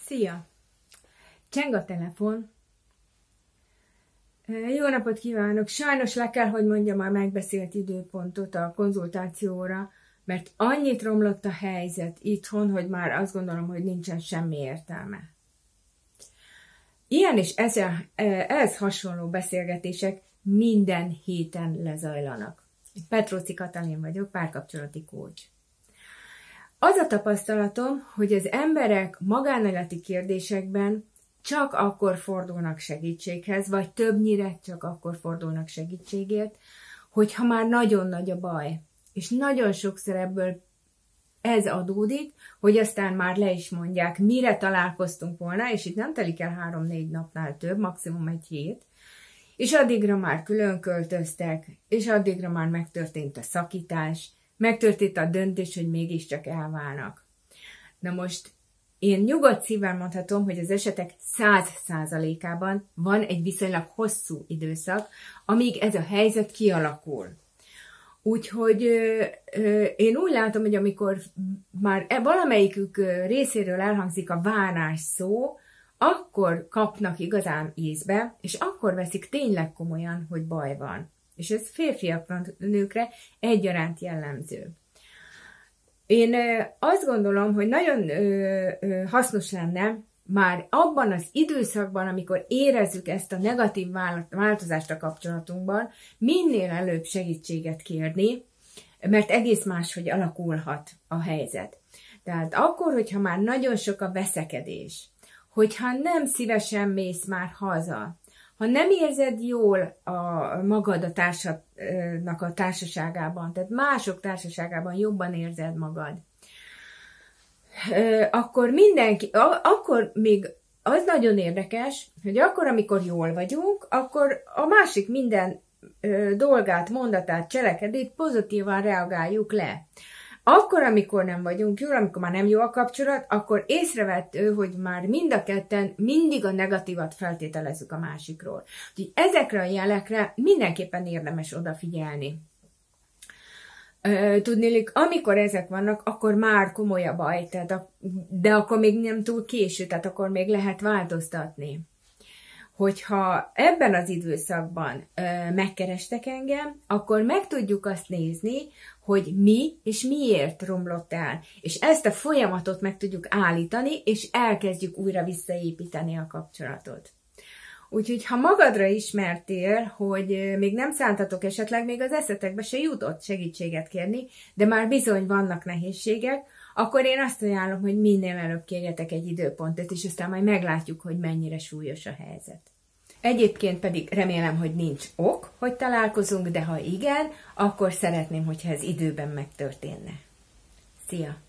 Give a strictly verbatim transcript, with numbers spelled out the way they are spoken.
Szia! Cseng a telefon. Jó napot kívánok! Sajnos le kell, hogy mondjam a megbeszélt időpontot a konzultációra, mert annyit romlott a helyzet itthon, hogy már azt gondolom, hogy nincsen semmi értelme. Ilyen és ehhez hasonló beszélgetések minden héten lezajlanak. Petróci Katalin vagyok, párkapcsolati coach. Az a tapasztalatom, hogy az emberek magánéleti kérdésekben csak akkor fordulnak segítséghez, vagy többnyire csak akkor fordulnak segítségért, hogyha már nagyon nagy a baj. És nagyon sokszor ebből ez adódik, hogy aztán már le is mondják, mire találkoztunk volna, és itt nem telik el három-négy napnál több, maximum egy hét, és addigra már külön költöztek, és addigra már megtörtént a szakítás, megtörtént a döntés, hogy mégiscsak elválnak. Na most én nyugodt szívvel mondhatom, hogy az esetek száz százalékában van egy viszonylag hosszú időszak, amíg ez a helyzet kialakul. Úgyhogy ö, ö, én úgy látom, hogy amikor már valamelyikük részéről elhangzik a válás szó, akkor kapnak igazán ízbe, és akkor veszik tényleg komolyan, hogy baj van. És ez férfiakra, nőkre egyaránt jellemző. Én azt gondolom, hogy nagyon hasznos lenne már abban az időszakban, amikor érezzük ezt a negatív változást a kapcsolatunkban, minél előbb segítséget kérni, mert egész máshogy alakulhat a helyzet. Tehát akkor, hogyha már nagyon sok a veszekedés, hogyha nem szívesen mész már haza, ha nem érzed jól a magad a társadnak a társaságában, tehát mások társaságában jobban érzed magad, akkor mindenki, akkor még az nagyon érdekes, hogy akkor, amikor jól vagyunk, akkor a másik minden dolgát, mondatát, cselekedét pozitívan reagáljuk le. Akkor, amikor nem vagyunk jól, amikor már nem jó a kapcsolat, akkor észrevettő, hogy már mind a ketten mindig a negatívat feltételezzük a másikról. Úgyhogy ezekre a jelekre mindenképpen érdemes odafigyelni. Tudnélik, amikor ezek vannak, akkor már komoly a baj, tehát a, de akkor még nem túl késő, tehát akkor még lehet változtatni. Hogyha ebben az időszakban ö, megkerestek engem, akkor meg tudjuk azt nézni, hogy mi és miért romlott el. És ezt a folyamatot meg tudjuk állítani, és elkezdjük újra visszaépíteni a kapcsolatot. Úgyhogy ha magadra ismertél, hogy még nem szántatok, esetleg még az eszetekbe se jutott segítséget kérni, de már bizony vannak nehézségek, akkor én azt ajánlom, hogy minél előbb kérjetek egy időpontot, és aztán majd meglátjuk, hogy mennyire súlyos a helyzet. Egyébként pedig remélem, hogy nincs ok, hogy találkozunk, de ha igen, akkor szeretném, hogyha ez időben megtörténne. Szia!